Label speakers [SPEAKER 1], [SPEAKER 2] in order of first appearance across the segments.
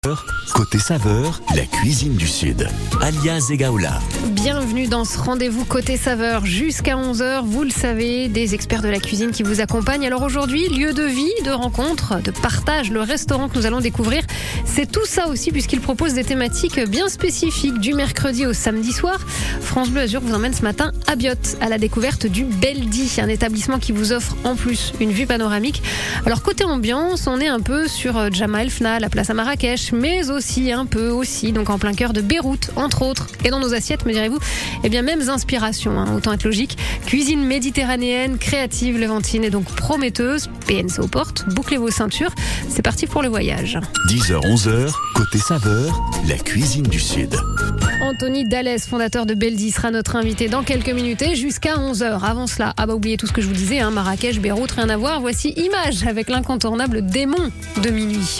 [SPEAKER 1] Côté saveur, la cuisine du Sud. Alia Zegaoula.
[SPEAKER 2] Bienvenue dans ce rendez-vous Côté saveur jusqu'à 11h. Vous le savez, des experts de la cuisine qui vous accompagnent. Alors aujourd'hui, lieu de vie, de rencontre, de partage, le restaurant que nous allons découvrir, c'est tout ça aussi puisqu'il propose des thématiques bien spécifiques du mercredi au samedi soir. France Bleu Azur vous emmène ce matin à Biot, à la découverte du Beldi, un établissement qui vous offre en plus une vue panoramique. Alors côté ambiance, on est un peu sur Jemaa El Fna, la place à Marrakech, mais aussi un peu donc en plein cœur de Beyrouth, entre autres. Et dans nos assiettes, me direz-vous, eh bien mêmes inspirations, autant être logique. Cuisine méditerranéenne, créative, levantine et donc prometteuse. PNC aux portes, bouclez vos ceintures. C'est parti pour le voyage.
[SPEAKER 1] 10h-11h, côté saveur, la cuisine du Sud.
[SPEAKER 2] Anthony Dales, fondateur de Beldi, sera notre invité dans quelques minutes et jusqu'à 11h. Avant cela, oubliez tout ce que je vous disais, Marrakech, Beyrouth, rien à voir. Voici Image avec l'incontournable démon de minuit.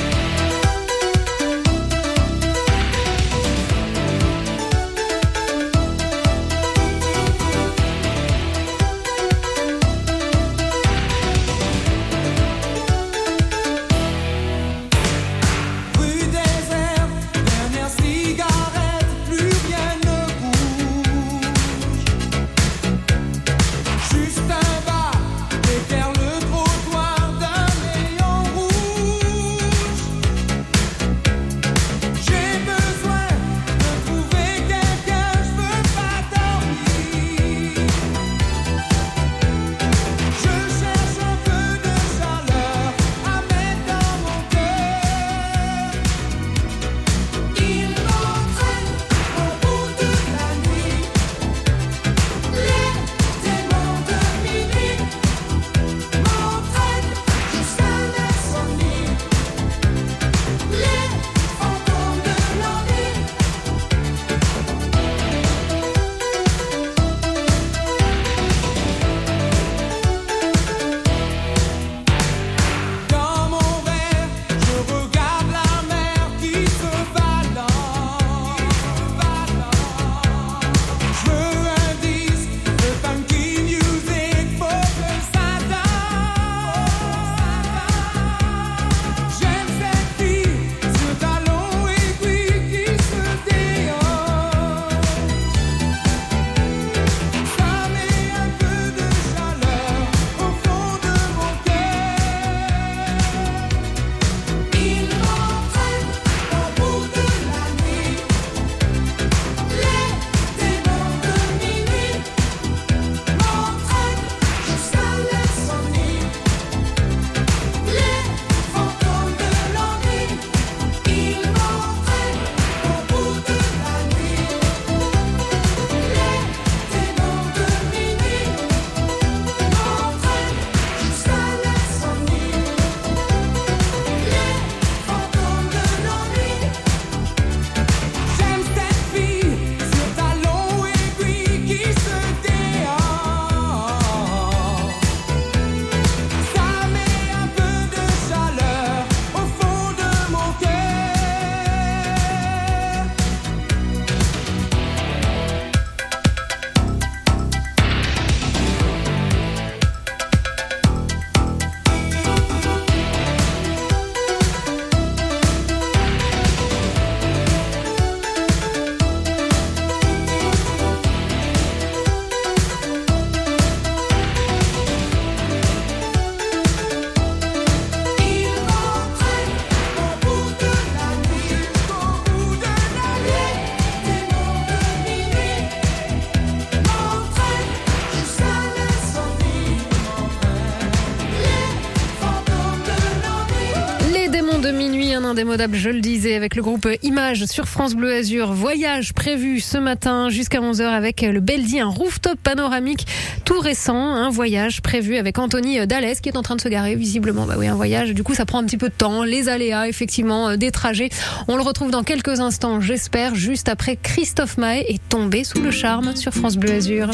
[SPEAKER 2] De minuit, un indémodable, je le disais, avec le groupe Image sur France Bleu Azur. Voyage prévu ce matin jusqu'à 11h avec le Beldi, un rooftop panoramique tout récent. Un voyage prévu avec Anthony Dales qui est en train de se garer visiblement. Un voyage, du coup ça prend un petit peu de temps. Les aléas, effectivement, des trajets. On le retrouve dans quelques instants, j'espère, juste après Christophe Maé est tombé sous le charme sur France Bleu Azur.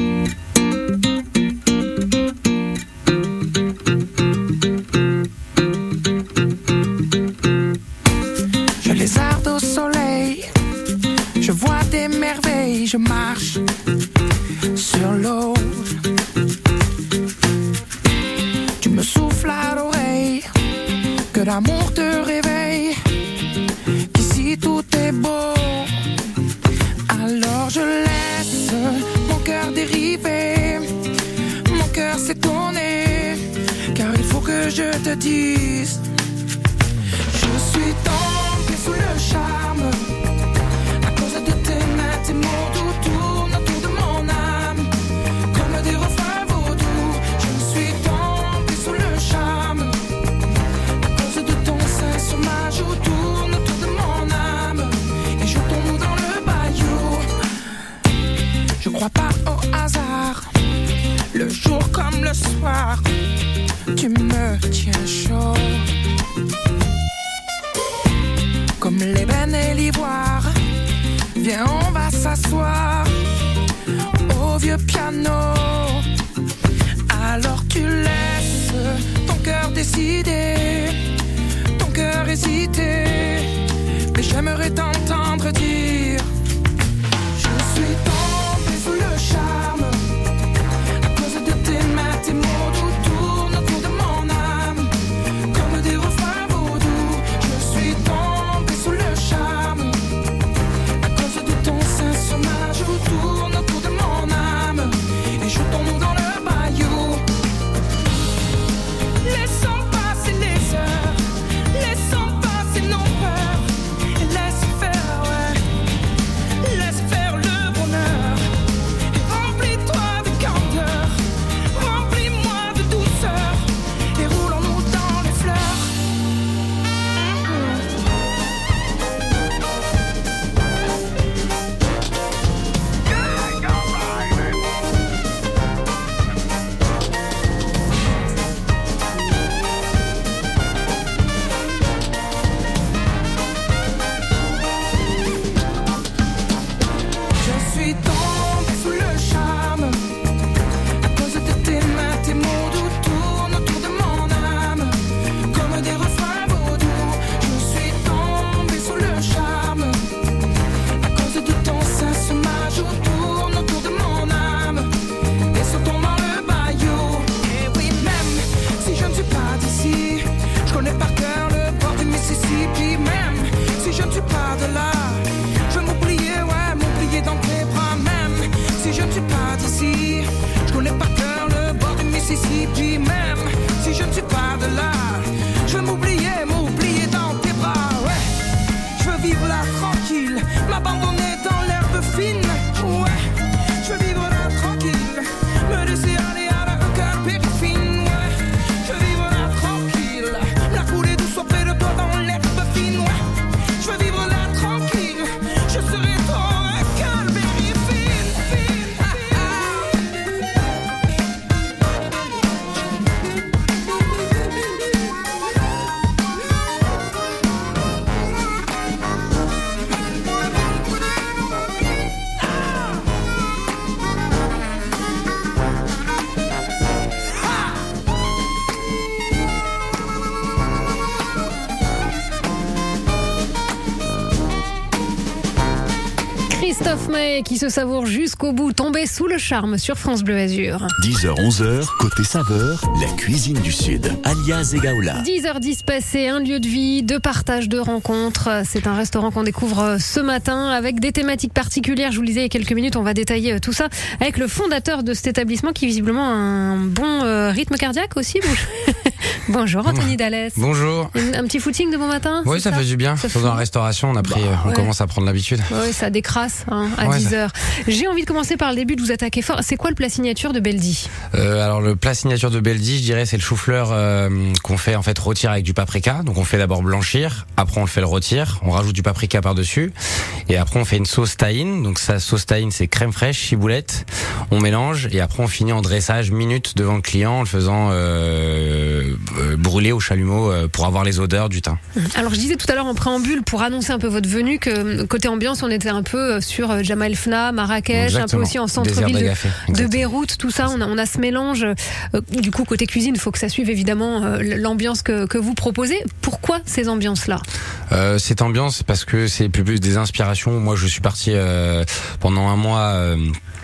[SPEAKER 3] je marche sur l'eau. Tu me souffles à l'oreille, que l'amour te réveille. te dise. Je suis tombé sous le charme à cause de tes mains, tes mots doux tournent autour de mon âme comme des refrains vaudous. Je suis tombé sous le charme à cause de ton sein sur ma joue, tourne autour de mon âme et je tombe dans le bayou. Je crois pas au hasard, le jour comme le soir, tu me tiens chaud. Comme l'ébène et l'ivoire, viens on va s'asseoir au vieux piano. Alors tu laisses ton cœur décider, ton cœur hésiter, mais j'aimerais t'entendre dire: je suis tombé sous le charme à cause de tes mains, tes mots doux tournent autour de mon âme comme des refrains vaudous. Je suis tombé sous le charme à cause de ton sein sur ma joue, tourne autour de mon âme et je tombe dans le bayou. Laissons passer les heures, laissons passer nos peurs et laisse faire, ouais, laisse faire le bonheur. Et remplis-toi de candeur, remplis-moi de douceur et roulons-nous dans les fleurs. Je suis tombé sous le charme à cause de tes mains, tes mots doux tournent autour de mon âme comme des refrains vaudous. Je suis tombé sous le charme à cause de ton sein sur ma joue, tourne autour de mon âme et sautons dans le bayou. Et oui, même si je ne suis pas d'ici, je connais par cœur le bord du Mississippi. Même si je ne suis pas de là, je vais m'oublier, ouais, m'oublier dans tes bras. Même si je ne suis pas d'ici, je connais par cœur le bord du Mississippi. Même si je ne suis pas de là, je vais m'oublier, m'oublier dans tes bras, ouais. Je veux vivre là tranquille, m'abandonner dans l'herbe fine, ouais. Je veux vivre là tranquille, me laisser aller à la cœur périfine, ouais. Je veux vivre là tranquille, la couler douce auprès de toi dans l'herbe fine, ouais. Je veux vivre là tranquille, je serai ton cœur périfine,
[SPEAKER 2] Christophe Maé qui se savoure jusqu'au bout, tombé sous le charme sur France Bleu Azur.
[SPEAKER 1] 10h-11h, côté saveur, la cuisine du Sud. Alias Egaola.
[SPEAKER 2] 10h10 passé, un lieu de vie, de partage, de rencontres. C'est un restaurant qu'on découvre ce matin avec des thématiques particulières. Je vous le disais il y a quelques minutes, on va détailler tout ça avec le fondateur de cet établissement qui visiblement a un bon rythme cardiaque aussi. Bonjour Anthony Dallès.
[SPEAKER 4] Bonjour.
[SPEAKER 2] Un petit footing de bon matin?
[SPEAKER 4] Oui, ça fait du bien. Surtout dans la restauration, on commence à prendre l'habitude.
[SPEAKER 2] Oui, ça décrasse à 10h. J'ai envie de commencer par le début, de vous attaquer fort. C'est quoi le plat signature de Beldi?
[SPEAKER 4] Alors le plat signature de Beldi, je dirais, c'est le chou-fleur qu'on fait en fait rôtir avec du paprika. Donc on fait d'abord blanchir, après on le fait le rôtir, on rajoute du paprika par-dessus et après on fait une sauce tahine. Donc sa sauce tahine, c'est crème fraîche, ciboulette, on mélange et après on finit en dressage minutes devant le client en le faisant brûler au chalumeau pour avoir les odeurs du thym.
[SPEAKER 2] Alors je disais tout à l'heure en préambule pour annoncer un peu votre venue que côté ambiance on était un peu sur Jemaa el Fna, Marrakech, exactement. Un peu aussi en centre-ville de Beyrouth, tout ça, on a ce mélange. Du coup côté cuisine, il faut que ça suive évidemment l'ambiance que vous proposez. Pourquoi ces ambiances-là?
[SPEAKER 4] Cette ambiance parce que c'est plus des inspirations. Moi je suis parti pendant un mois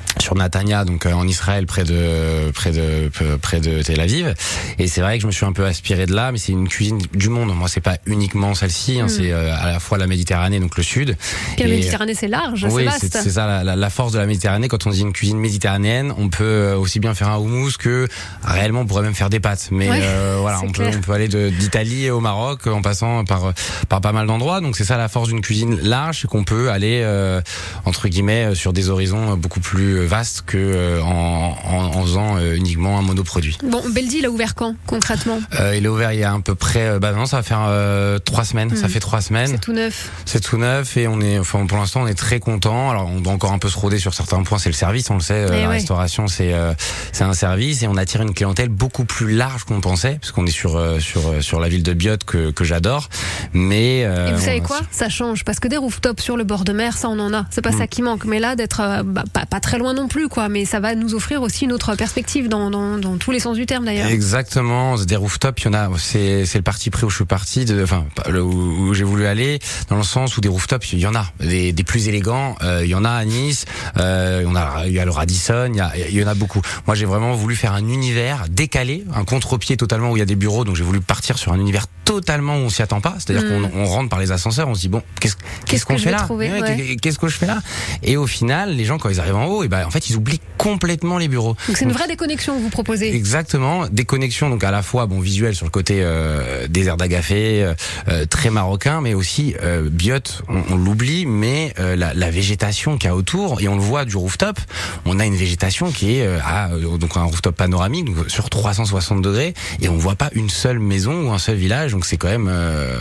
[SPEAKER 4] sur Netanya, donc en Israël, près de Tel Aviv. Et c'est vrai que je me suis un peu aspiré de là, mais c'est une cuisine du monde. Moi, c'est pas uniquement celle-ci, c'est à la fois la Méditerranée, donc le sud.
[SPEAKER 2] La Méditerranée, c'est large,
[SPEAKER 4] oui,
[SPEAKER 2] c'est vaste.
[SPEAKER 4] C'est ça la force de la Méditerranée. Quand on dit une cuisine méditerranéenne, on peut aussi bien faire un houmous que réellement on pourrait même faire des pâtes. Mais voilà, on peut aller d'Italie au Maroc en passant par pas mal d'endroits. Donc c'est ça la force d'une cuisine large, c'est qu'on peut aller entre guillemets sur des horizons beaucoup plus vaste que en faisant uniquement un monoproduit.
[SPEAKER 2] Bon, Beldi, il a ouvert quand concrètement?
[SPEAKER 4] Il est ouvert il y a à peu près maintenant ça va faire 3 semaines. Ça fait 3 semaines. C'est tout neuf et pour l'instant on est très content. Alors on doit encore un peu se rôder sur certains points, c'est le service, on le sait, la restauration c'est un service et on attire une clientèle beaucoup plus large qu'on pensait parce qu'on est sur la ville de Biot que j'adore. Mais
[SPEAKER 2] et vous savez quoi? Ça change parce que des rooftops sur le bord de mer, ça on en a. C'est pas ça qui manque, mais là d'être pas très loin non plus, quoi, mais ça va nous offrir aussi une autre perspective dans tous les sens du terme d'ailleurs.
[SPEAKER 4] Exactement, des rooftops, il y en a, c'est le parti pris où je suis parti, où j'ai voulu aller, dans le sens où des rooftops, il y en a, des plus élégants, il y en a à Nice, il y a le Radisson, il y en a beaucoup. Moi j'ai vraiment voulu faire un univers décalé, un contre-pied totalement où il y a des bureaux, donc j'ai voulu partir sur un univers totalement où on s'y attend pas, c'est-à-dire qu'on rentre par les ascenseurs, on se dit bon, qu'est-ce qu'on fait là? Qu'est-ce que je fais là? Et au final, les gens quand ils arrivent en haut, en fait ils oublient complètement les bureaux.
[SPEAKER 2] Donc c'est une vraie déconnexion que vous proposez.
[SPEAKER 4] Exactement, déconnexion donc à la fois visuel sur le côté désert d'Agafé, très marocain, mais aussi Biot, on l'oublie, mais la végétation qu'il y a autour, et on le voit du rooftop, on a une végétation qui est donc un rooftop panoramique donc sur 360 degrés et on voit pas une seule maison ou un seul village, donc c'est quand même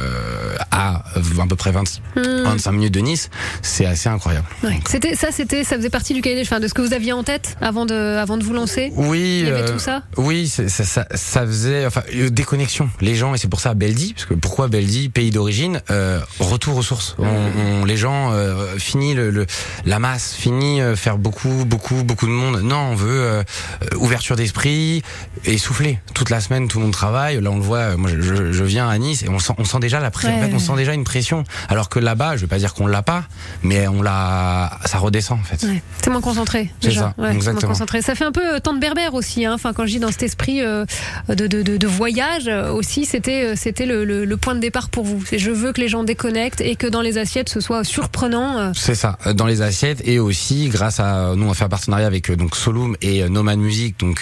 [SPEAKER 4] à peu près 25 minutes de Nice, c'est assez incroyable.
[SPEAKER 2] Ouais. Ça faisait partie du cahier des charges, de ce que vous aviez en tête avant de vous lancer.
[SPEAKER 4] Oui,
[SPEAKER 2] il y avait tout ça.
[SPEAKER 4] Oui, ça faisait déconnexion. Les gens, et c'est pour ça Beldi, parce que pourquoi Beldi, pays d'origine, retour aux sources. Les gens fini la masse, fini faire beaucoup de monde. Non, on veut ouverture d'esprit, essoufflé. Toute la semaine, tout le monde travaille. Là, on le voit. Moi, je viens à Nice et on sent déjà la pression. En fait, on sent déjà une pression. Alors que là-bas, je vais pas dire qu'on l'a pas, mais ça redescend en fait.
[SPEAKER 2] Ouais. C'est moins concentré.
[SPEAKER 4] C'est
[SPEAKER 2] déjà.
[SPEAKER 4] ça, exactement.
[SPEAKER 2] Moins concentré. Ça fait un peu temps de berbère aussi. Enfin, quand je dis dans cet esprit de voyage aussi, c'était le point de départ pour vous. C'est je veux que les gens déconnectent et que dans les assiettes ce soit surprenant.
[SPEAKER 4] C'est ça, dans les assiettes et aussi grâce à nous on fait un partenariat avec donc Solum et Nomad Music donc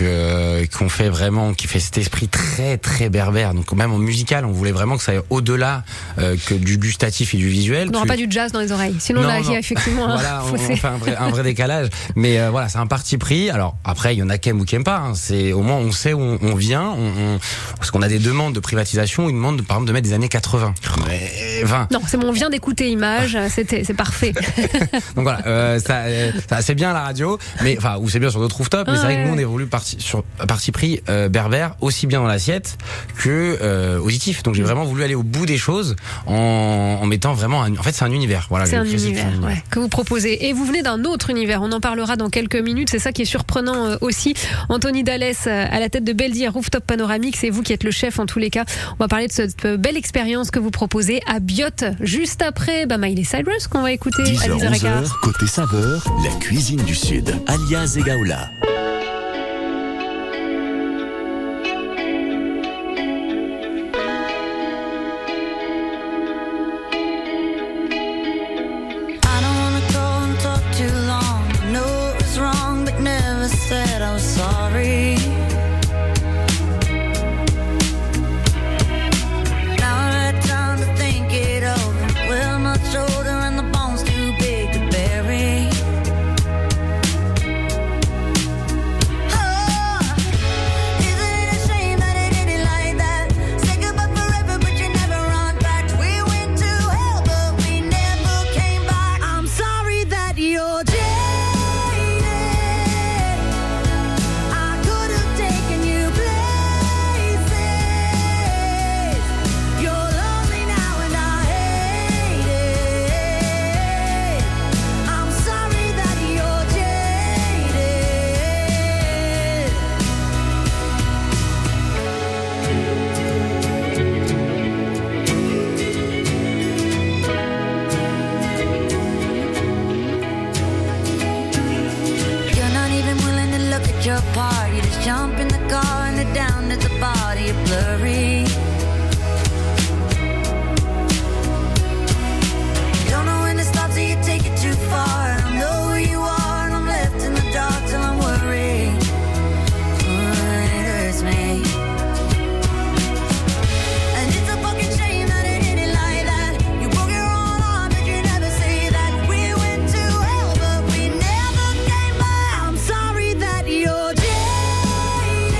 [SPEAKER 4] qui fait cet esprit très très berbère. Donc même en musical, on voulait vraiment que ça aille au-delà que du gustatif et du visuel.
[SPEAKER 2] On n'aura pas du jazz dans les oreilles. Sinon là il y a effectivement
[SPEAKER 4] voilà, on fait un vrai décalage. Mais voilà, c'est un parti pris. Alors après, il y en a qui aiment ou qui aiment pas. C'est au moins on sait où on vient. Parce qu'on a des demandes de privatisation, une demande par exemple de mettre des années 80. Mais 20.
[SPEAKER 2] Non, c'est bon, on vient d'écouter Images. C'est parfait.
[SPEAKER 4] Donc voilà, ça c'est bien à la radio, mais ou c'est bien sur d'autres rooftops. Mais c'est vrai que nous on est voulu parti pris berbère aussi bien dans l'assiette que auditif. Donc j'ai vraiment voulu aller au bout des choses en mettant vraiment en fait c'est un univers. Voilà,
[SPEAKER 2] c'est un univers que vous proposez. Et vous venez d'un autre univers. On en parlera dans quelques minutes. C'est ça qui est surprenant aussi. Anthony Dallès à la tête de Beldi Rooftop Panoramique. C'est vous qui êtes le chef en tous les cas. On va parler de cette belle expérience que vous proposez à Biot. Juste après, Miley Cyrus qu'on va écouter
[SPEAKER 1] 10h,
[SPEAKER 2] à 10h15.
[SPEAKER 1] 11h, côté saveur, la cuisine du Sud. Alia Zegaoula.
[SPEAKER 5] Said I was sorry. Now I had time to think it over. We're much older and the bones too big to bury. jump in the car and they're down at the body of blurry. Don't know when to stop till you take it too far. I don't know who you are and I'm left in the dark till I'm worried. It hurts me. And it's a fucking shame that it ended like that. You broke your own heart but you never say that. We went to hell but we never came back. I'm sorry that you're jaded.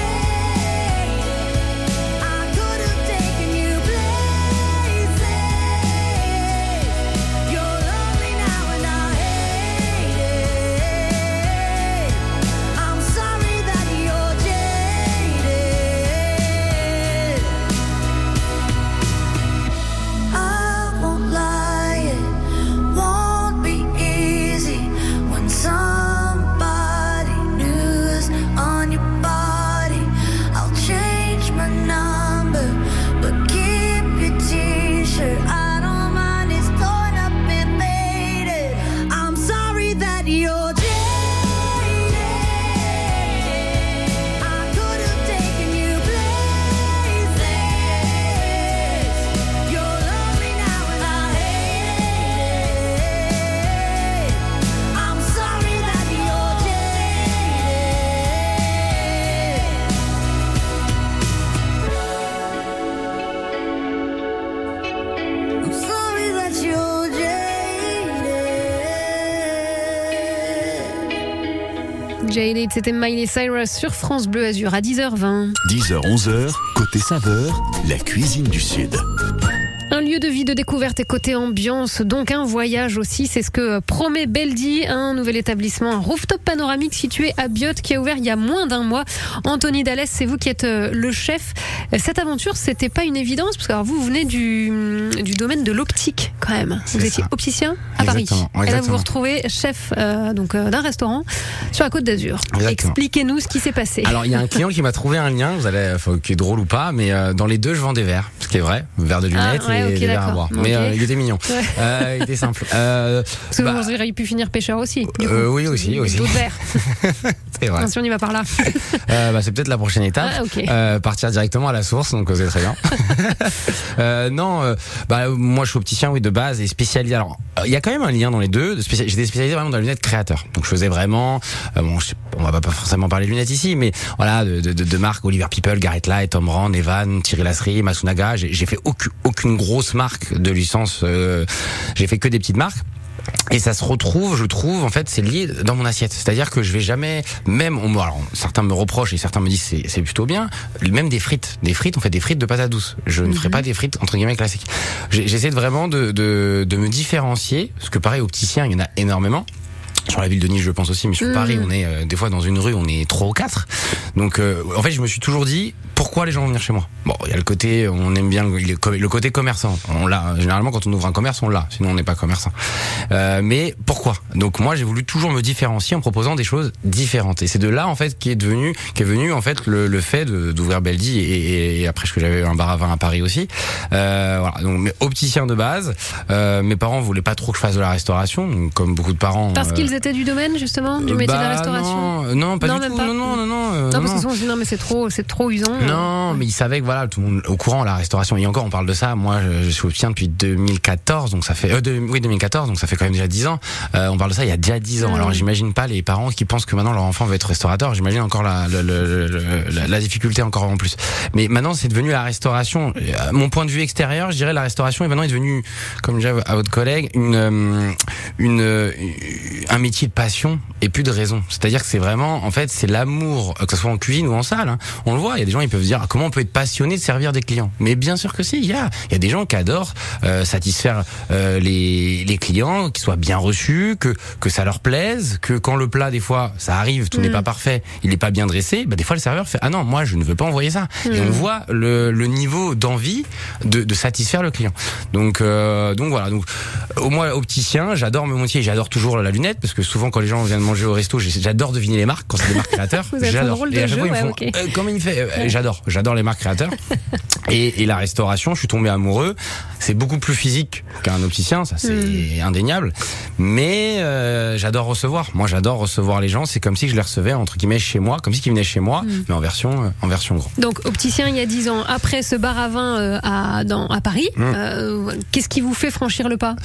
[SPEAKER 5] I could have taken you places. You're lonely now and I hate it. I'm sorry that you're jaded. I won't lie, it won't be easy when somebody new's on your body. I'll change my number, but keep your t-shirt. I don't mind, it's torn up and faded. I'm sorry that you're jaded. I could have taken you places. You're lonely now and I hate it. I'm sorry that you're jaded. I'm sorry that you're jaded.
[SPEAKER 2] Jaded, c'était Miley Cyrus sur France Bleu Azur à 10h20.
[SPEAKER 1] 10h-11h, côté saveur, la cuisine du Sud.
[SPEAKER 2] Un lieu de vie, de découverte et côté ambiance, donc un voyage aussi. C'est ce que promet Beldi, un nouvel établissement, un rooftop panoramique situé à Biot qui a ouvert il y a moins d'un mois. Anthony Dallès, c'est vous qui êtes le chef. Cette aventure, c'était pas une évidence parce que alors, vous venez du domaine de l'optique quand même.
[SPEAKER 4] C'est
[SPEAKER 2] Vous étiez
[SPEAKER 4] ça.
[SPEAKER 2] opticien à Paris.
[SPEAKER 4] Exactement,
[SPEAKER 2] Et là, vous
[SPEAKER 4] exactement.
[SPEAKER 2] vous retrouvez chef d'un restaurant sur la Côte d'Azur.
[SPEAKER 4] Exactement.
[SPEAKER 2] Expliquez-nous ce qui s'est passé.
[SPEAKER 4] Alors il y a un client qui m'a trouvé un lien, vous allez, qui est drôle ou pas, mais dans les deux je vends des verres, ce qui est vrai, verres de lunettes
[SPEAKER 2] ouais,
[SPEAKER 4] et
[SPEAKER 2] ok,
[SPEAKER 4] des verres à
[SPEAKER 2] d'accord.
[SPEAKER 4] boire.
[SPEAKER 2] Ok.
[SPEAKER 4] Mais il était mignon,
[SPEAKER 2] Ouais.
[SPEAKER 4] il était simple.
[SPEAKER 2] Parce que
[SPEAKER 4] bah,
[SPEAKER 2] vous auriez pu finir pêcheur aussi. Du coup.
[SPEAKER 4] oui aussi.
[SPEAKER 2] D'autres verres.
[SPEAKER 4] C'est vrai.
[SPEAKER 2] Attention, on y va par là.
[SPEAKER 4] C'est peut-être la prochaine étape.
[SPEAKER 2] Ah, ok.
[SPEAKER 4] Partir directement à la source, donc c'est très bien. Moi je suis opticien, oui, de base et spécialisé. Alors, il y a quand même un lien dans les deux. J'étais spécialisé vraiment dans les lunettes créateurs. Donc je faisais vraiment, on va pas forcément parler de lunettes ici, mais voilà, de marques Oliver People, Garrett Light, Tom Rand, Evan, Thierry Lasserie, Masunaga. J'ai fait aucune grosse marque de licence. J'ai fait que des petites marques. Et ça se retrouve, je trouve, en fait, c'est lié dans mon assiette. C'est-à-dire que je vais jamais, même, alors, certains me reprochent et certains me disent c'est plutôt bien, même des frites, on fait des frites de patates douces. Je ne ferai pas des frites, entre guillemets, classiques. J'essaie vraiment de me différencier, parce que pareil, opticien, il y en a énormément. Sur la ville de Nice, je pense aussi, mais sur Paris, on est des fois dans une rue, on est 3 ou 4. Donc, en fait, je me suis toujours dit, pourquoi les gens vont venir chez moi? Bon, il y a le côté, on aime bien le côté commerçant. On l'a généralement quand on ouvre un commerce, on l'a. Sinon, on n'est pas commerçant. Mais pourquoi? Donc, moi, j'ai voulu toujours me différencier en proposant des choses différentes. Et c'est de là, en fait, qu'est venu en fait le fait d'ouvrir Beldi et après que j'avais un bar à vin à Paris aussi. Voilà. Donc, mais opticien de base. Mes parents voulaient pas trop que je fasse de la restauration, donc, comme beaucoup de parents.
[SPEAKER 2] Parce qu'ils étaient du domaine justement du métier de la restauration.
[SPEAKER 4] Non, pas
[SPEAKER 2] Non,
[SPEAKER 4] du
[SPEAKER 2] même
[SPEAKER 4] tout.
[SPEAKER 2] pas.
[SPEAKER 4] Non,
[SPEAKER 2] parce que souvent on se dit non mais c'est trop usant.
[SPEAKER 4] Non, mais ils savaient que voilà, tout le monde au courant, la restauration. Et encore, on parle de ça. Moi, je suis opticien depuis 2014, donc ça fait 2014, donc ça fait quand même déjà 10 ans. On parle de ça il y a déjà 10 ans. Alors j'imagine pas les parents qui pensent que maintenant leur enfant va être restaurateur. J'imagine encore la difficulté encore en plus. Mais maintenant, c'est devenu la restauration. Mon point de vue extérieur, je dirais la restauration est maintenant devenu, comme je disais à votre collègue, un métier de passion et plus de raison. C'est-à-dire que c'est vraiment, en fait, c'est l'amour, que ce soit en cuisine ou en salle. Hein. On le voit, il y a des gens, ils peuvent dire comment on peut être passionné de servir des clients. Mais bien sûr que si, il y a des gens qui adorent satisfaire les clients, qu'ils soient bien reçus, que ça leur plaise, que quand le plat, des fois, ça arrive, tout n'est pas parfait, il n'est pas bien dressé, bah, des fois le serveur fait ah non, moi je ne veux pas envoyer ça. Et on voit le niveau d'envie de satisfaire le client. Donc voilà. Donc au moins opticien, j'adore j'adore mon métier, j'adore toujours la lunette parce que souvent quand les gens viennent manger au resto, j'adore deviner les marques quand c'est des marques créateurs.
[SPEAKER 2] Vous êtes un
[SPEAKER 4] J'adore.
[SPEAKER 2] drôle
[SPEAKER 4] Et à
[SPEAKER 2] de
[SPEAKER 4] chaque
[SPEAKER 2] jeu,
[SPEAKER 4] fois, ils me
[SPEAKER 2] ouais,
[SPEAKER 4] font,
[SPEAKER 2] ok.
[SPEAKER 4] comment il fait J'adore les marques créateurs. Et la restauration, je suis tombé amoureux. C'est beaucoup plus physique qu'un opticien, ça c'est indéniable. Mais j'adore recevoir. Moi, j'adore recevoir les gens. C'est comme si je les recevais entre guillemets chez moi, comme si ils venaient chez moi, mais en version gros.
[SPEAKER 2] Donc, opticien il y a 10 ans, après ce bar à vin à Paris, qu'est-ce qui vous fait franchir le pas ?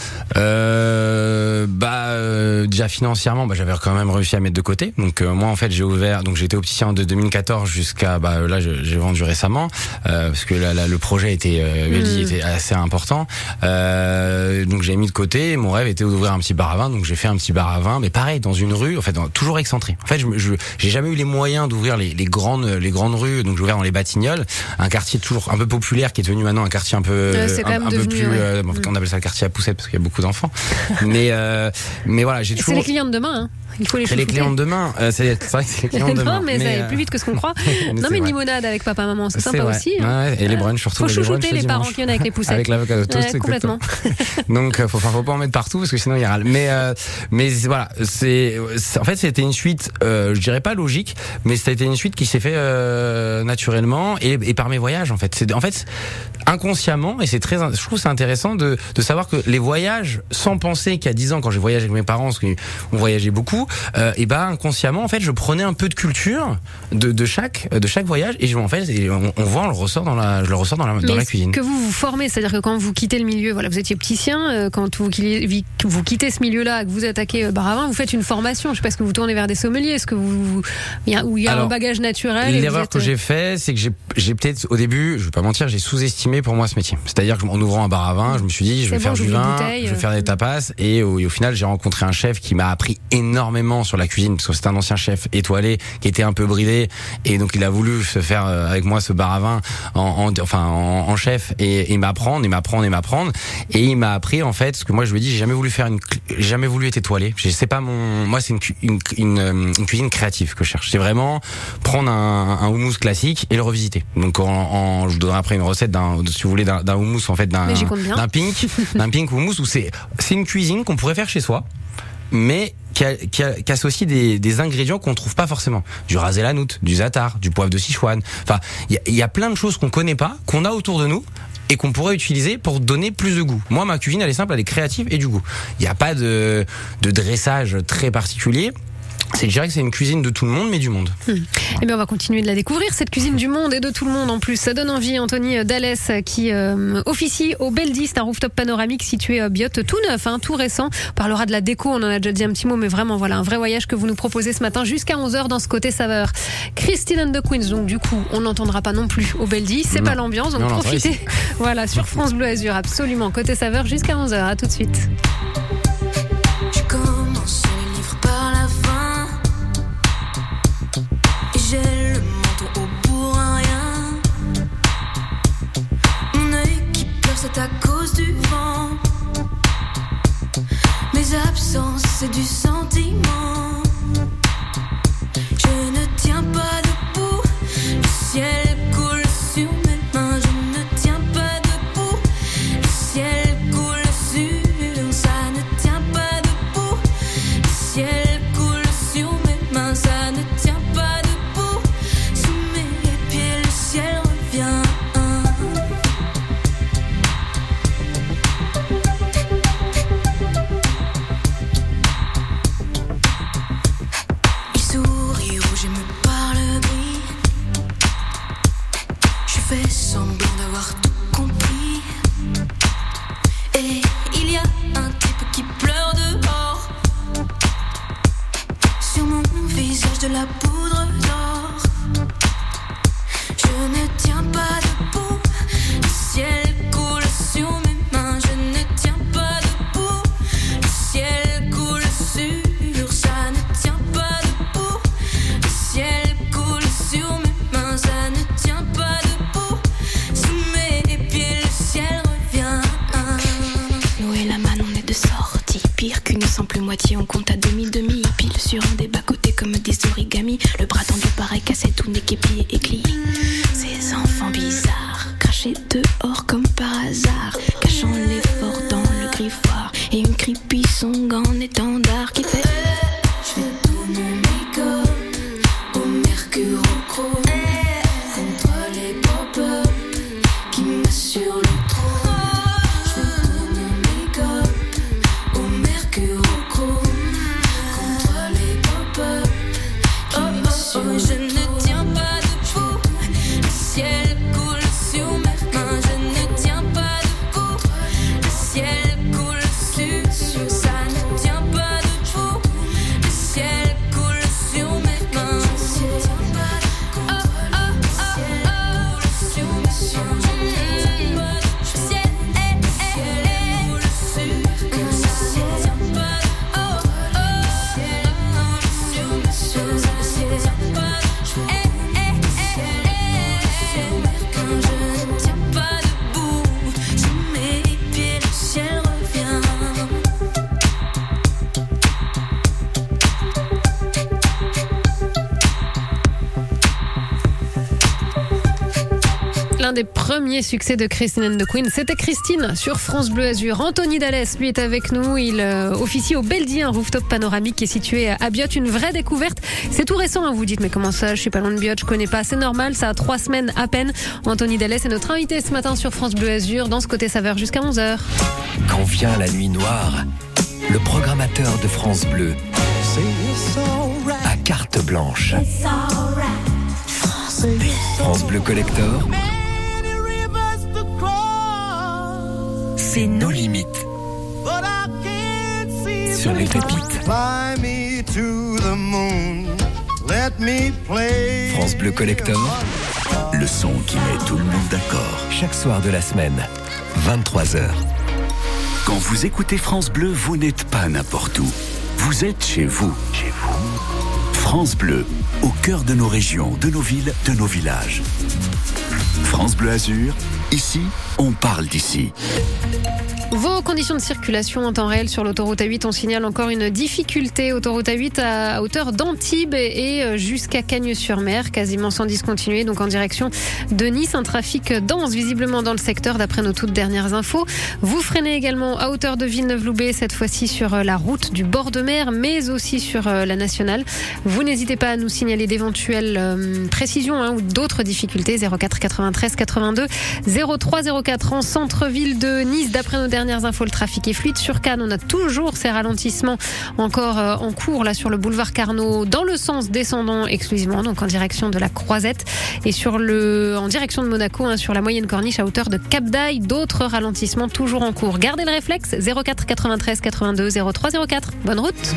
[SPEAKER 4] Déjà financièrement, j'avais quand même réussi à mettre de côté. Donc moi en fait j'ai ouvert, donc j'ai été opticien de 2014 jusqu'à là j'ai vendu récemment parce que le projet était assez important. Donc j'ai mis de côté. Mon rêve était d'ouvrir un petit bar à vin, donc j'ai fait un petit bar à vin, mais pareil dans une rue, en fait toujours excentré. En fait j'ai jamais eu les moyens d'ouvrir les grandes rues, donc j'ai ouvert dans les Batignolles, un quartier toujours un peu populaire qui est devenu maintenant un quartier un peu
[SPEAKER 2] c'est quand même
[SPEAKER 4] un peu
[SPEAKER 2] devenu,
[SPEAKER 4] plus on appelle ça le quartier à poussette parce qu'il y a beaucoup d'enfants. mais voilà, j'ai
[SPEAKER 2] Et
[SPEAKER 4] toujours
[SPEAKER 2] c'est les clients de demain, hein. Il faut les
[SPEAKER 4] c'est les
[SPEAKER 2] chouchouter.
[SPEAKER 4] clients de demain. C'est vrai que c'est les clients de demain.
[SPEAKER 2] Non, mais ça va plus vite que ce qu'on croit. Non, mais une limonade avec papa, maman, c'est sympa
[SPEAKER 4] vrai.
[SPEAKER 2] aussi. Hein.
[SPEAKER 4] Ouais, et les brunchs, surtout.
[SPEAKER 2] Faut
[SPEAKER 4] les brunchs
[SPEAKER 2] chouchouter
[SPEAKER 4] le
[SPEAKER 2] les parents
[SPEAKER 4] dimanche.
[SPEAKER 2] qui viennent avec les poussettes.
[SPEAKER 4] Avec l'avocado toast,
[SPEAKER 2] complètement.
[SPEAKER 4] Donc, faut pas en mettre partout parce que sinon il râle. Mais voilà, en fait, c'était une suite, je dirais pas logique, mais c'était une suite qui s'est fait naturellement et par mes voyages, en fait. En fait, inconsciemment, et je trouve c'est intéressant de savoir que les voyages, sans penser qu'à 10 ans, quand j'ai voyagé avec mes parents, parce qu'on voyageait beaucoup, inconsciemment, en fait, je prenais un peu de culture de chaque voyage et on le ressort dans la cuisine.
[SPEAKER 2] Mais que vous formez, c'est-à-dire que quand vous quittez le milieu, voilà, vous étiez opticien, quand vous quittez ce milieu-là, que vous attaquez bar à vin, vous faites une formation. Je sais pas, est-ce que vous tournez vers des sommeliers, est-ce que il y a un bagage naturel.
[SPEAKER 4] L'erreur que j'ai fait, c'est que j'ai peut-être au début, je vais pas mentir, j'ai sous-estimé pour moi ce métier. C'est-à-dire qu'en ouvrant un bar à vin, je me suis dit, je vais faire du vin, je vais faire des tapas, et au final, j'ai rencontré un chef qui m'a appris énormément sur la cuisine, parce que c'était un ancien chef étoilé qui était un peu bridé, et donc il a voulu se faire avec moi ce bar à vin en chef et m'apprendre, et il m'a appris en fait ce que moi je lui ai dit, j'ai jamais voulu être étoilé. C'est pas moi c'est une cuisine créative que je cherche. C'est vraiment prendre un houmous classique et le revisiter. Donc je vous donnerai après une recette si vous voulez d'un houmous en fait d'un pink houmous où c'est une cuisine qu'on pourrait faire chez soi, mais qui associe des ingrédients qu'on trouve pas forcément. Du ras el hanout, du za'atar, du poivre de Sichuan. Enfin, il y a plein de choses qu'on connaît pas, qu'on a autour de nous et qu'on pourrait utiliser pour donner plus de goût. Moi, ma cuisine, elle est simple, elle est créative et du goût. Il y a pas de dressage très particulier. Je dirais que c'est une cuisine de tout le monde, mais du monde.
[SPEAKER 2] Eh bien, on va continuer de la découvrir, cette cuisine du monde et de tout le monde en plus. Ça donne envie. Anthony Dallès qui officie au Beldi, c'est un rooftop panoramique situé à Biote, tout neuf, tout récent. On parlera de la déco, on en a déjà dit un petit mot, mais vraiment, voilà, un vrai voyage que vous nous proposez ce matin jusqu'à 11h dans ce côté saveur. Christine and the Queens, donc du coup, on n'entendra pas non plus au Beldi, c'est pas l'ambiance, donc profitez. Voilà, sur France Bleu Azur, absolument. Côté saveur jusqu'à 11h. À tout de suite.
[SPEAKER 5] Je commence le livre par la fin. Et j'ai le menton au bout à rien. Mon œil qui pleure, c'est à cause du vent. Mes absences, c'est du sentiment. Je ne tiens pas debout. Le ciel coule sur mes mains. Je ne tiens pas debout. Le ciel coule sur. Ça ne tient pas debout. Le ciel coule sur mes mains. Ça ne tient pas debout. Sous mes pieds, le ciel revient. Il sourit rouge et me parle gris. Je fais semblant d'avoir tout compris. Et il y a un type qui pleure dehors. Sur mon visage de la poudre d'or. Je ne tiens pas debout. Le ciel coule sur mes mains. Je ne tiens pas debout. Le ciel coule sur. Ça ne tient pas debout. Le ciel coule sur mes mains. Ça ne tient pas debout. Sous mes pieds, le ciel revient.
[SPEAKER 6] L'eau et la manne, on est de sortie. Pire qu'une simple moitié, on compte à demi-demi. Pile sur un des bas-côtés comme des origamis. Le bras tendu pareil cassé, tout n'est qu'épié et cli. Ces enfants bizarres, crachés dehors comme par hasard, cachant l'effort dans le griffoir. Et une creepy song en étendard qui fait je fais tout mon make-up au mercure au chrome contre les pop-up qui m'assurent le trône. Je fais tout mon make-up au mercure au chrome contre les pop-up qui m'assurent le trône. Je ne tiens pas debout, le ciel coule sur mes mains. Je ne tiens pas debout, le ciel coule sur ça ne tient pas debout, le ciel coule sur mes mains. Je ne tiens pas debout, le ciel coule sur mes mains. Le ciel coule sur mes mains.
[SPEAKER 2] L'un des premiers succès de Christine and the Queen, c'était Christine sur France Bleu Azur. Anthony Dallès, lui, est avec nous. Il officie au Beldi, un rooftop panoramique qui est situé à Biot. Une vraie découverte. C'est tout récent, hein. Vous dites, mais comment ça, je suis pas loin de Biot, je connais pas. C'est normal, ça a 3 semaines à peine. Anthony Dallès est notre invité ce matin sur France Bleu Azur dans ce Côté Saveur jusqu'à 11h.
[SPEAKER 7] Quand vient la nuit noire, le programmateur de France Bleu a carte blanche. France Bleu Collector, c'est nos limites. Sur les pépites.
[SPEAKER 8] Fly me to the moon. Let me play.
[SPEAKER 7] France Bleu Collector,
[SPEAKER 1] Le son qui met tout le monde d'accord.
[SPEAKER 7] chaque soir de la semaine, 23h.
[SPEAKER 1] Quand vous écoutez France Bleu, vous n'êtes pas n'importe où. Vous êtes chez vous. Chez vous. France Bleu, au cœur de nos régions, de nos villes, de nos villages. France Bleu Azur, ici, on parle d'ici.
[SPEAKER 2] Vos conditions de circulation en temps réel sur l'autoroute A8, on signale encore une difficulté. Autoroute A8 à hauteur d'Antibes et jusqu'à Cagnes-sur-Mer, quasiment sans discontinuer, donc en direction de Nice. Un trafic dense visiblement dans le secteur d'après nos toutes dernières infos. Vous freinez également à hauteur de Villeneuve-Loubet, cette fois-ci sur la route du bord de mer, mais aussi sur la nationale. Vous n'hésitez pas à nous signaler d'éventuelles précisions ou d'autres difficultés. 04 93 82 03 04 en centre-ville de Nice. D'après nos dernières infos, le trafic est fluide. Sur Cannes, on a toujours ces ralentissements encore en cours là sur le boulevard Carnot dans le sens descendant exclusivement, donc en direction de la Croisette, et en direction de Monaco sur la moyenne corniche à hauteur de Cap d'Aille. D'autres ralentissements toujours en cours. Gardez le réflexe. 04 93 82 03 04. Bonne route.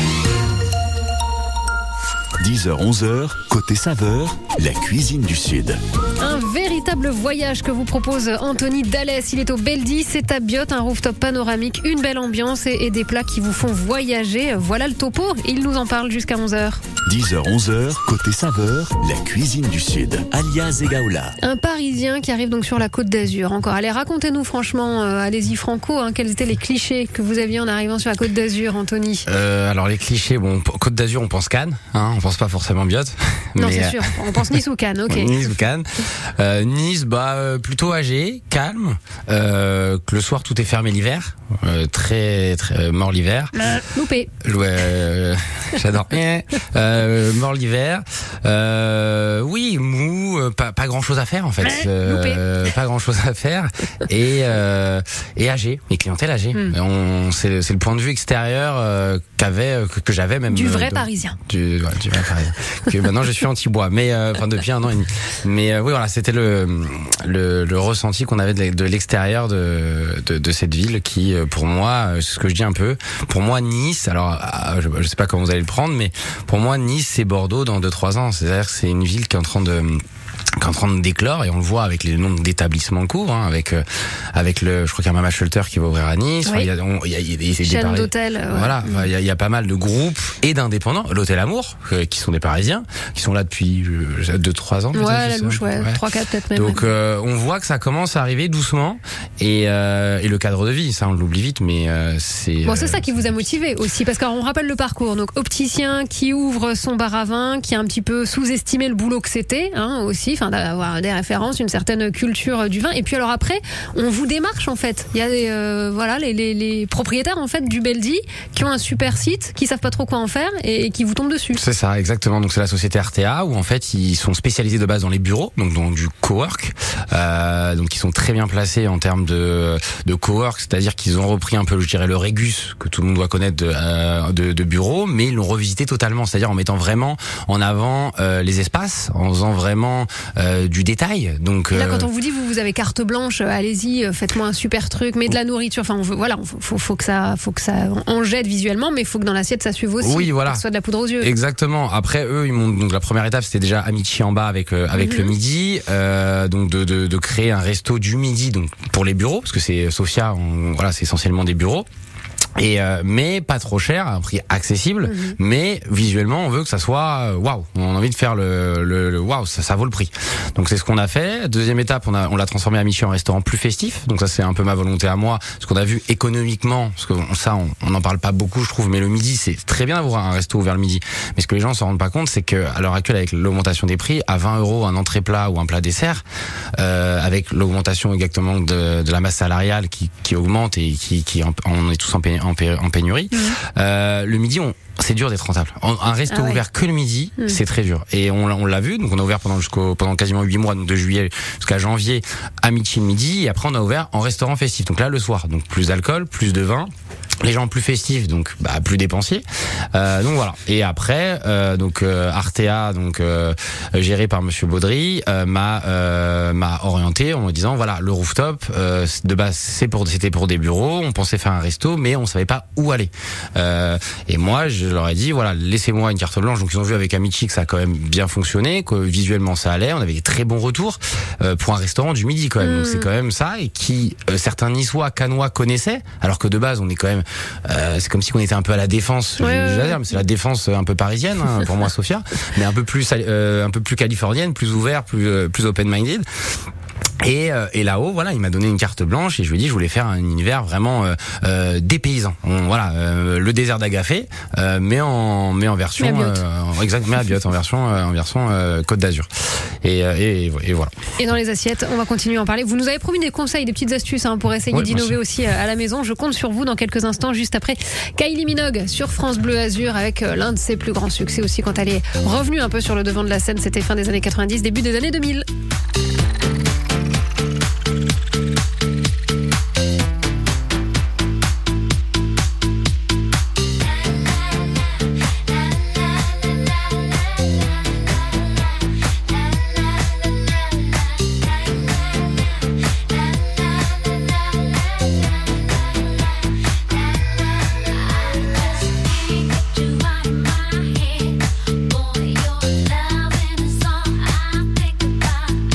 [SPEAKER 1] 10h, 11h, côté saveur, la cuisine du Sud.
[SPEAKER 2] Un véritable voyage que vous propose Anthony Dallès. Il est au Beldi, c'est à Biot, un rooftop panoramique, une belle ambiance et des plats qui vous font voyager. Voilà le topo, il nous en parle jusqu'à 11h.
[SPEAKER 1] 10h, 11h, côté saveur, la cuisine du Sud. Alias Egaola.
[SPEAKER 2] Un Parisien qui arrive donc sur la Côte d'Azur. Encore, allez, racontez-nous franchement, allez-y franco, quels étaient les clichés que vous aviez en arrivant sur la Côte d'Azur, Anthony?
[SPEAKER 4] Alors les clichés, Côte d'Azur, on pense Cannes, on pense pas forcément Biot.
[SPEAKER 2] Non, c'est sûr, on pense Nice ou Cannes, ok.
[SPEAKER 4] Nice ou Cannes. Nice, plutôt âgé, calme, que le soir tout est fermé l'hiver, très très mort l'hiver.
[SPEAKER 2] Loupé.
[SPEAKER 4] Ouais, j'adore. Mort l'hiver. Oui, mou, pas grand chose à faire en fait. Pas grand chose à faire et âgé, mes clientèles âgées. C'est le point de vue extérieur que j'avais même
[SPEAKER 2] du vrai Parisien.
[SPEAKER 4] Du vrai Parisien. Que maintenant je suis anti-bois, mais depuis 1 an et demi. Mais oui, voilà, c'était le ressenti qu'on avait de l'extérieur de cette ville qui, pour moi, c'est ce que je dis un peu. Pour moi, Nice. Alors, je sais pas comment vous allez le prendre, mais pour moi, Nice, c'est Bordeaux dans 2-3 ans. C'est-à-dire que c'est une ville qui est en train de déclore, et on le voit avec les nombres d'établissements en cours, avec je crois qu'il y a Mama Shelter qui va ouvrir à Nice.
[SPEAKER 2] Oui.
[SPEAKER 4] Il y a des
[SPEAKER 2] chaînes d'hôtels.
[SPEAKER 4] Voilà, il y a pas mal de groupes et d'indépendants. L'Hôtel Amour, qui sont des Parisiens, qui sont là depuis 2-3 ans.
[SPEAKER 2] Ouais, la bouche, 3-4 peut-être même.
[SPEAKER 4] Donc on voit que ça commence à arriver doucement, et le cadre de vie, ça on l'oublie vite, mais c'est.
[SPEAKER 2] Bon, c'est ça qui vous a motivé aussi, parce qu'on rappelle le parcours. Donc opticien qui ouvre son bar à vin, qui a un petit peu sous-estimé le boulot que c'était, aussi. enfin d'avoir des références, une certaine culture du vin. Et puis alors après, on vous démarche en fait. Il y a les propriétaires en fait du Beldi qui ont un super site, qui savent pas trop quoi en faire et qui vous tombent dessus.
[SPEAKER 4] C'est ça, exactement. Donc c'est la société Artea où en fait ils sont spécialisés de base dans les bureaux, donc dans du cowork. Donc ils sont très bien placés en termes de cowork, c'est-à-dire qu'ils ont repris un peu, je dirais, le Régus que tout le monde doit connaître de bureau, mais ils l'ont revisité totalement, c'est-à-dire en mettant vraiment en avant les espaces, en faisant vraiment du détail. Donc
[SPEAKER 2] et là, quand on vous dit vous avez carte blanche, allez-y, faites-moi un super truc, mais de la nourriture. Enfin, faut que ça en jette visuellement, mais il faut que dans l'assiette ça suive aussi.
[SPEAKER 4] Oui, voilà.
[SPEAKER 2] Que ce soit de la poudre aux yeux.
[SPEAKER 4] Exactement. Après, eux, ils m'ont donc la première étape, c'était déjà Amici en bas avec le midi, donc de créer un resto du midi, donc pour les bureaux, parce que c'est Sofia, voilà, c'est essentiellement des bureaux. Et mais pas trop cher, à un prix accessible, mais visuellement on veut que ça soit waouh, on a envie de faire le waouh, ça vaut le prix. Donc c'est ce qu'on a fait. Deuxième étape, on l'a transformé Amici en restaurant plus festif. Donc ça c'est un peu ma volonté à moi, ce qu'on a vu économiquement, parce que ça on n'en parle pas beaucoup je trouve, mais le midi c'est très bien d'avoir un resto ouvert le midi. Mais ce que les gens s'en rendent pas compte, c'est que à l'heure actuelle avec l'augmentation des prix, à 20 € un entrée plat ou un plat dessert, avec l'augmentation exactement de la masse salariale qui augmente et qui on est tous en pénurie. Le midi, c'est dur d'être rentable. Un resto ouvert que le midi, c'est très dur. Et on l'a vu, donc on a ouvert pendant quasiment 8 mois, donc de juillet jusqu'à janvier, Amici le midi, et après on a ouvert en restaurant festif. Donc là, le soir, donc plus d'alcool, plus de vin. Les gens plus festifs, donc plus dépensiers. Donc voilà. Et après, Artea, géré par Monsieur Baudry, m'a orienté en me disant voilà, le rooftop de base c'était pour des bureaux. On pensait faire un resto, mais on savait pas où aller. Et moi, je leur ai dit voilà, laissez-moi une carte blanche. Donc ils ont vu avec Amici que ça a quand même bien fonctionné, que visuellement ça allait. On avait des très bons retours pour un restaurant du midi quand même. Donc c'est quand même ça, et qui certains Niçois, Cannois connaissaient, alors que de base on est quand même c'est comme si on était un peu à la Défense, j'allais dire, mais c'est la Défense un peu parisienne pour moi, Sofia, mais un peu plus californienne, plus ouvert, plus open-minded. Et là-haut, voilà, il m'a donné une carte blanche et je lui ai dit je voulais faire un univers vraiment dépaysant. Le désert d'Agafé, mais en version exactement à Biot, en version Côte d'Azur. Et voilà.
[SPEAKER 2] Et dans les assiettes, on va continuer à en parler. Vous nous avez promis des conseils, des petites astuces pour essayer d'innover aussi à la maison. Je compte sur vous dans quelques instants, juste après Kylie Minogue sur France Bleu Azur, avec l'un de ses plus grands succès aussi quand elle est revenue un peu sur le devant de la scène. C'était fin des années 90, début des années 2000.
[SPEAKER 5] Boy, your love is all I think about.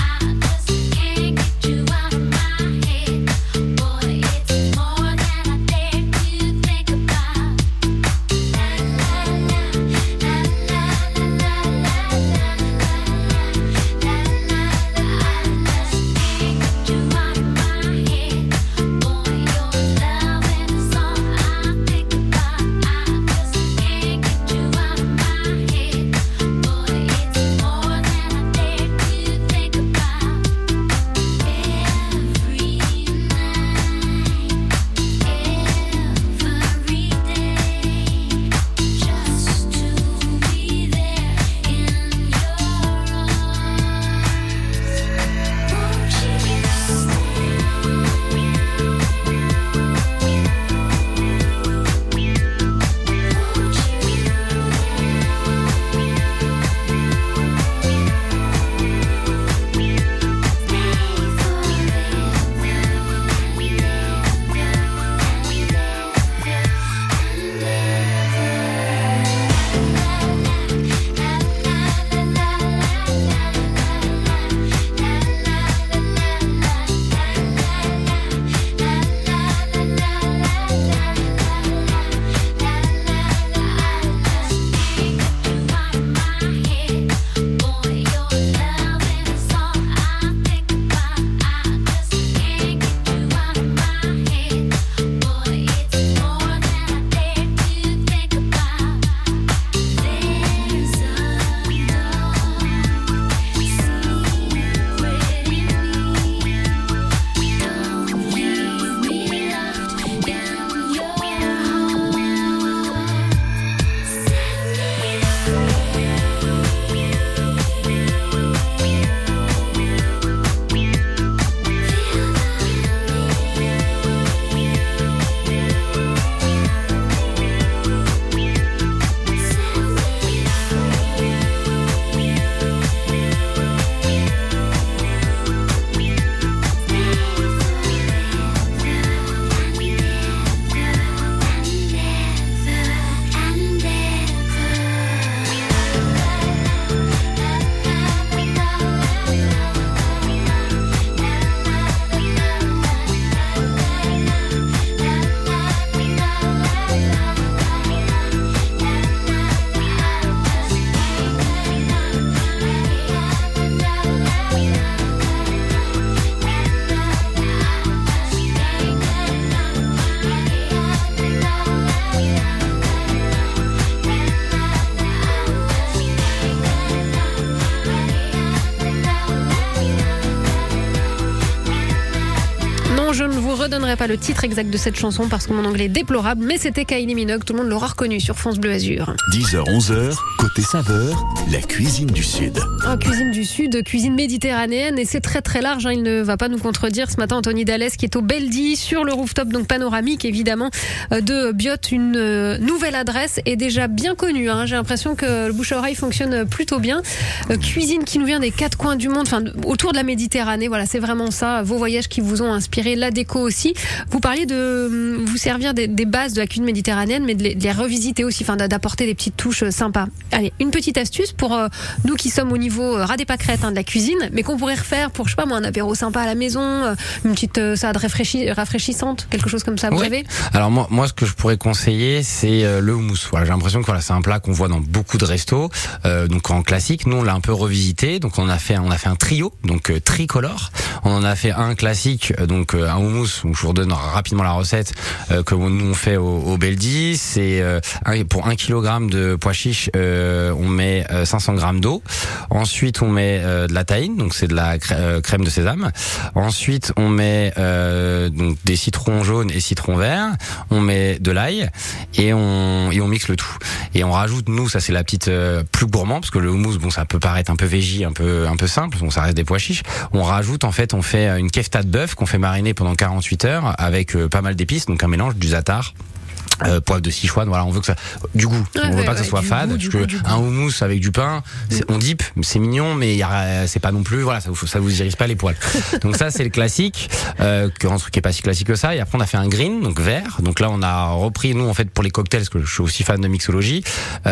[SPEAKER 2] redonnerai pas le titre exact de cette chanson parce que mon anglais est déplorable, mais c'était Kylie Minogue, tout le monde l'aura reconnu sur France Bleu Azur.
[SPEAKER 1] 10h, 11h, côté saveur, la cuisine du Sud.
[SPEAKER 2] Cuisine du Sud, cuisine méditerranéenne, et c'est très très large, il ne va pas nous contredire ce matin. Anthony Dallès qui est au Beldi sur le rooftop, donc panoramique évidemment, de Biot, une nouvelle adresse est déjà bien connue. J'ai l'impression que le bouche à oreille fonctionne plutôt bien. Cuisine qui nous vient des quatre coins du monde, autour de la Méditerranée. Voilà, c'est vraiment ça. Vos voyages qui vous ont inspiré, la déco aussi. Vous parliez de vous servir des bases de la cuisine méditerranéenne, mais de les revisiter aussi, d'apporter des petites touches sympas. Allez, une petite astuce pour nous qui sommes au niveau ras des pâquerettes de la cuisine, mais qu'on pourrait refaire pour, je sais pas moi, un apéro sympa à la maison, une petite salade rafraîchissante, quelque chose comme ça, vous savez. Alors
[SPEAKER 4] moi, ce que je pourrais conseiller, c'est le houmous. Voilà, j'ai l'impression que c'est un plat qu'on voit dans beaucoup de restos, donc en classique. Nous, on l'a un peu revisité, donc on a fait un trio, donc tricolore. On en a fait un classique, donc un houmous, où je vous redonne rapidement la recette que nous on fait au Beldi. C'est pour 1 kg de pois chiches, on met 500 g d'eau. Ensuite, on met de la tahine, donc c'est de la crème de sésame. Ensuite, on met donc des citrons jaunes et citrons verts. On met de l'ail et on mixe le tout. Et on rajoute, nous, ça c'est la petite plus gourmand, parce que le houmous, ça peut paraître un peu végé, un peu simple, donc ça reste des pois chiches. On rajoute, on fait une kefta de bœuf qu'on fait mariner pendant 48 heures avec pas mal d'épices, donc un mélange du za'atar, poivre de Sichuan, voilà, on veut que ça du goût, on veut pas que ça soit fade, parce que un houmous avec du pain, on dip, c'est mignon, mais c'est pas non plus, voilà, ça vous irise pas les poils. Donc ça c'est le classique, un truc qui est pas si classique que ça. Et après on a fait un green, donc vert. Donc là on a repris, nous en fait pour les cocktails, parce que je suis aussi fan de mixologie,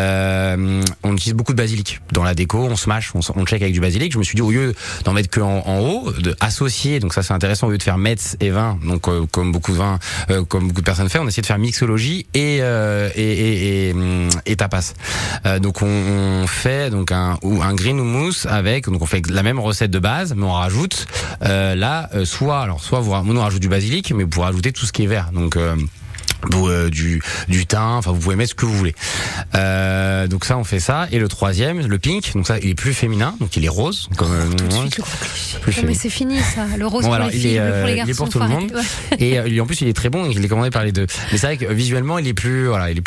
[SPEAKER 4] on utilise beaucoup de basilic dans la déco, on smash, on check avec du basilic. Je me suis dit, au lieu d'en mettre que en haut, de associer, donc ça c'est intéressant, au lieu de faire Metz et vin, donc comme beaucoup de personnes font, on essaie de faire mixologie et tapas. Donc on fait donc un green hummus avec, donc on fait la même recette de base, mais on rajoute soit nous on rajoute du basilic, mais vous pouvez rajouter tout ce qui est vert, donc du thym, vous pouvez mettre ce que vous voulez. Donc ça on fait ça. Et le troisième, le pink, donc ça il est plus féminin, donc il est rose.
[SPEAKER 2] Tout de suite, mais c'est fini ça, le rose pour les filles, pour les garçons.
[SPEAKER 4] Il est pour tout le monde. Et en plus il est très bon, et je l'ai commandé par les deux. Mais c'est vrai que visuellement il est plus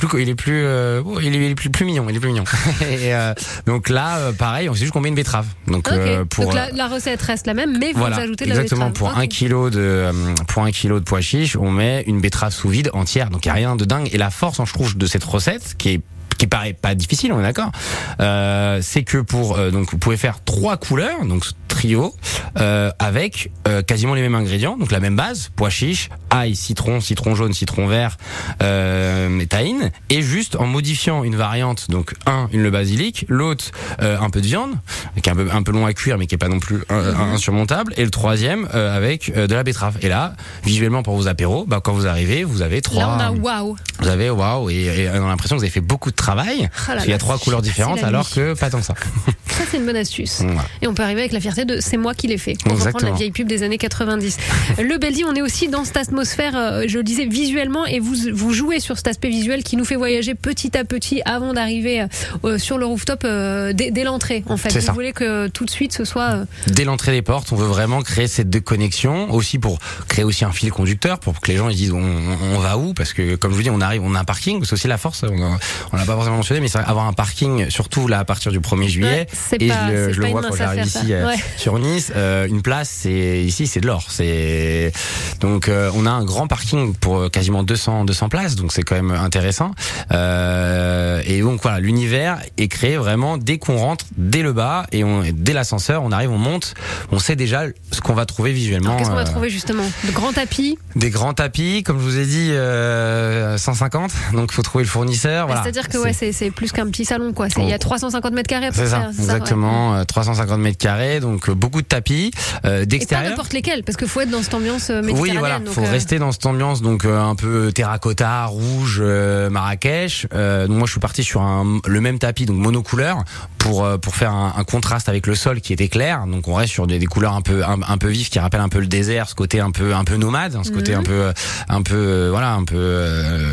[SPEAKER 4] mignon, il est plus mignon. Et donc là pareil, c'est juste qu'on met une betterave. Donc
[SPEAKER 2] donc la recette reste la même, mais vous ajoutez de la betterave.
[SPEAKER 4] Exactement, pour 1 kg de pois chiches, on met une betterave sous vide entière. Donc il y a rien de dingue. Et la force, je trouve, de cette recette, qui paraît pas difficile, on est d'accord, c'est que donc vous pouvez faire 3 couleurs, donc trio, avec quasiment les mêmes ingrédients, donc la même base, pois chiches, ail, citron jaune, citron vert, tahine, et juste en modifiant une variante, donc le basilic, l'autre un peu de viande, qui est un peu long à cuire, mais qui est pas non plus insurmontable, et le troisième avec de la betterave. Et là, visuellement pour vos apéros, quand vous arrivez, vous avez 3.
[SPEAKER 2] Là on a waouh.
[SPEAKER 4] Vous avez waouh, et on a l'impression que vous avez fait beaucoup de travail. Il y a 3 couleurs différentes, alors que pas tant que ça.
[SPEAKER 2] Ça c'est une bonne astuce. Ouais. Et on peut arriver avec la fierté de c'est moi qui l'ai fait. Pour reprendre la vieille pub des années 90. Le Beldi, on est aussi dans cette atmosphère, je le disais, visuellement, et vous jouez sur cet aspect visuel qui nous fait voyager petit à petit avant d'arriver sur le rooftop dès l'entrée, en fait. Vous voulez que tout de suite ce soit...
[SPEAKER 4] Dès l'entrée des portes, on veut vraiment créer cette déconnexion, aussi pour créer aussi un fil conducteur, pour que les gens ils disent on va où, parce que comme je vous dis, on a un parking, c'est aussi la force, on l'a pas forcément mentionné, mais c'est avoir un parking, surtout là à partir du 1er juillet, je le vois quand j'arrive ici sur Nice, une place, c'est de l'or. Donc on a un grand parking pour quasiment 200 places, donc c'est quand même intéressant. Et donc voilà, l'univers est créé vraiment dès qu'on rentre, dès le bas, et dès l'ascenseur, on arrive, on monte, on sait déjà ce qu'on va trouver visuellement.
[SPEAKER 2] Alors, qu'est-ce qu'on va trouver justement? Des grands tapis, comme je vous ai dit, 150. Donc faut trouver le fournisseur. Voilà. C'est-à-dire que c'est plus qu'un petit salon, quoi. Il y a 350 mètres carrés.
[SPEAKER 4] C'est ça, exactement. 350 mètres carrés, donc beaucoup de tapis d'extérieur.
[SPEAKER 2] Et pas n'importe lesquels, parce qu'il faut être dans cette ambiance méditerranéenne.
[SPEAKER 4] Oui, voilà, faut rester dans cette ambiance, donc un peu terracotta, rouge, Marrakech. Donc moi, je suis parti sur le même tapis, donc monocouleur, pour faire un contraste avec le sol qui était clair. Donc on reste sur des couleurs un peu vives qui rappellent un peu le désert, ce côté un peu nomade, ce côté un peu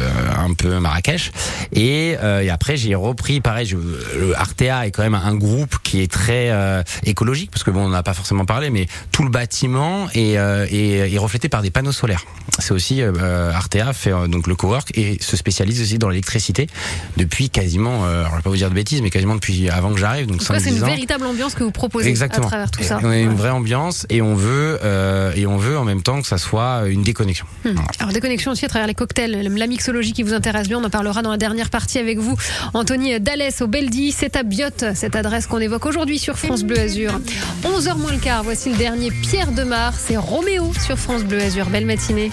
[SPEAKER 4] Marrakech. Et après j'ai repris pareil, le Artea est quand même un groupe qui est très écologique, parce que bon, on n'a pas forcément parlé, mais tout le bâtiment est reflété par des panneaux solaires. C'est aussi Artea fait donc le cowork et se spécialise aussi dans l'électricité depuis quasiment, alors je vais pas vous dire de bêtises, mais quasiment depuis avant que j'arrive, donc 5-10 ans.
[SPEAKER 2] C'est une véritable ambiance que vous proposez.
[SPEAKER 4] Exactement.
[SPEAKER 2] À travers tout ça.
[SPEAKER 4] On a une vraie ambiance et on veut en même temps que ça soit une déconnexion. Voilà.
[SPEAKER 2] Alors déconnexion aussi à travers les cocktails, la mixologie qui vous intéresse bien, on en parlera dans la dernière partie avec vous. Anthony Dallès au Beldi, c'est à Biot, cette adresse qu'on évoque aujourd'hui sur France Bleu Azur. 11h moins le quart, voici le dernier Pierre Demar, c'est Roméo sur France Bleu Azur. Belle matinée.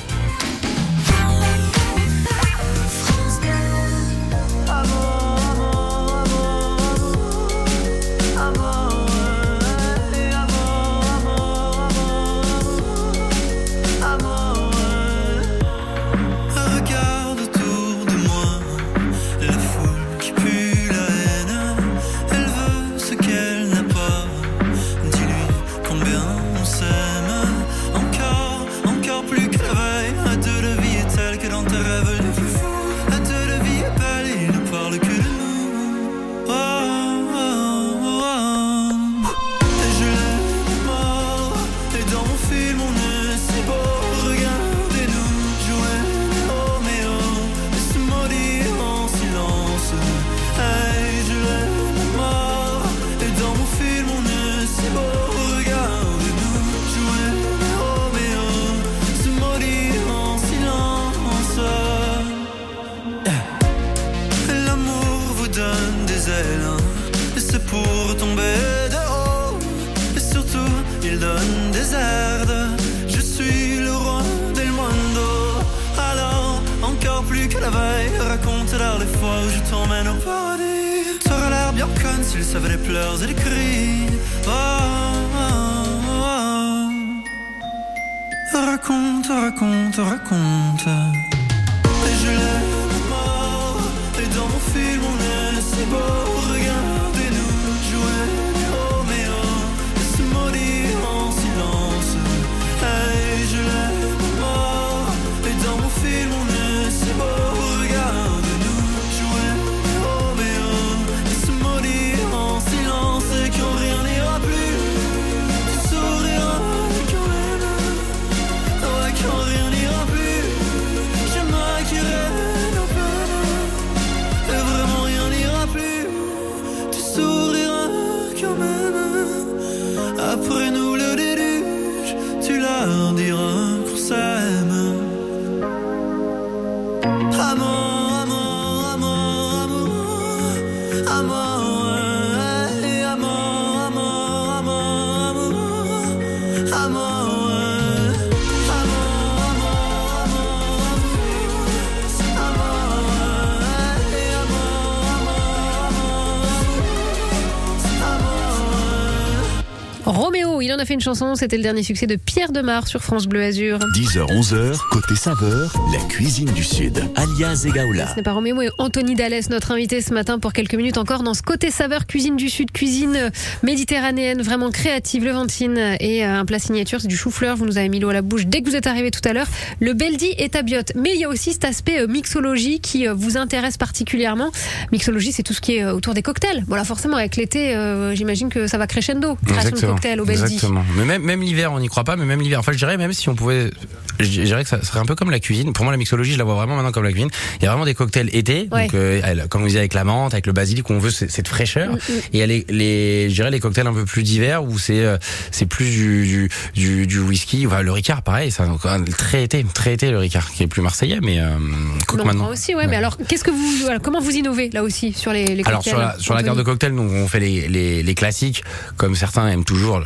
[SPEAKER 9] Pour tomber de haut, et surtout il donne des aides. Je suis le roi del mondo. Alors, encore plus que la veille, raconte-leur les fois où je t'emmène au paradis. T'aurais l'air bien conne s'il savait les pleurs et les cris. Oh, oh, oh. Raconte, raconte, raconte. Et je l'aime mort, et dans mon film on est si beau. Après nous le déluge, tu leur diras qu'on s'aime. Amour, amour, amour, amour, amour, hey, amour, amour, amour, amour.
[SPEAKER 2] Roméo, il en a fait une chanson, c'était le dernier succès de Pierre Demar sur France Bleu Azur.
[SPEAKER 1] 10h-11h, côté saveur, la cuisine du Sud, alias Egaola.
[SPEAKER 2] Ce n'est pas Roméo et Anthony Dallès, notre invité ce matin pour quelques minutes encore dans ce côté saveur cuisine du Sud, cuisine méditerranéenne, vraiment créative, levantine et un plat signature, c'est du chou-fleur, vous nous avez mis l'eau à la bouche dès que vous êtes arrivé tout à l'heure. Le Beldi est à Biot, mais il y a aussi cet aspect mixologie qui vous intéresse particulièrement. Mixologie, c'est tout ce qui est autour des cocktails. Voilà, forcément avec l'été, j'imagine que ça va crescendo. Création de cocktails au Beldi.
[SPEAKER 4] Exactement. Mais même l'hiver, on n'y croit pas, mais même l'hiver. Enfin, je dirais même si on pouvait, je dirais que ça serait un peu comme la cuisine. Pour moi, la mixologie, je la vois vraiment maintenant comme la cuisine. Il y a vraiment des cocktails été,
[SPEAKER 2] ouais.
[SPEAKER 4] Donc comme on disait avec la menthe, avec le basilic, où on veut cette fraîcheur. Et il y a je dirais les cocktails un peu plus d'hiver où c'est plus du whisky. Enfin, le Ricard, pareil, ça très été le Ricard, qui est plus marseillais, mais
[SPEAKER 2] donc,
[SPEAKER 4] maintenant.
[SPEAKER 2] Moi aussi, ouais. Mais alors, comment vous innovez là aussi sur les cocktails?
[SPEAKER 4] Alors sur la carte de cocktails, donc on fait les classiques, comme certains aiment toujours.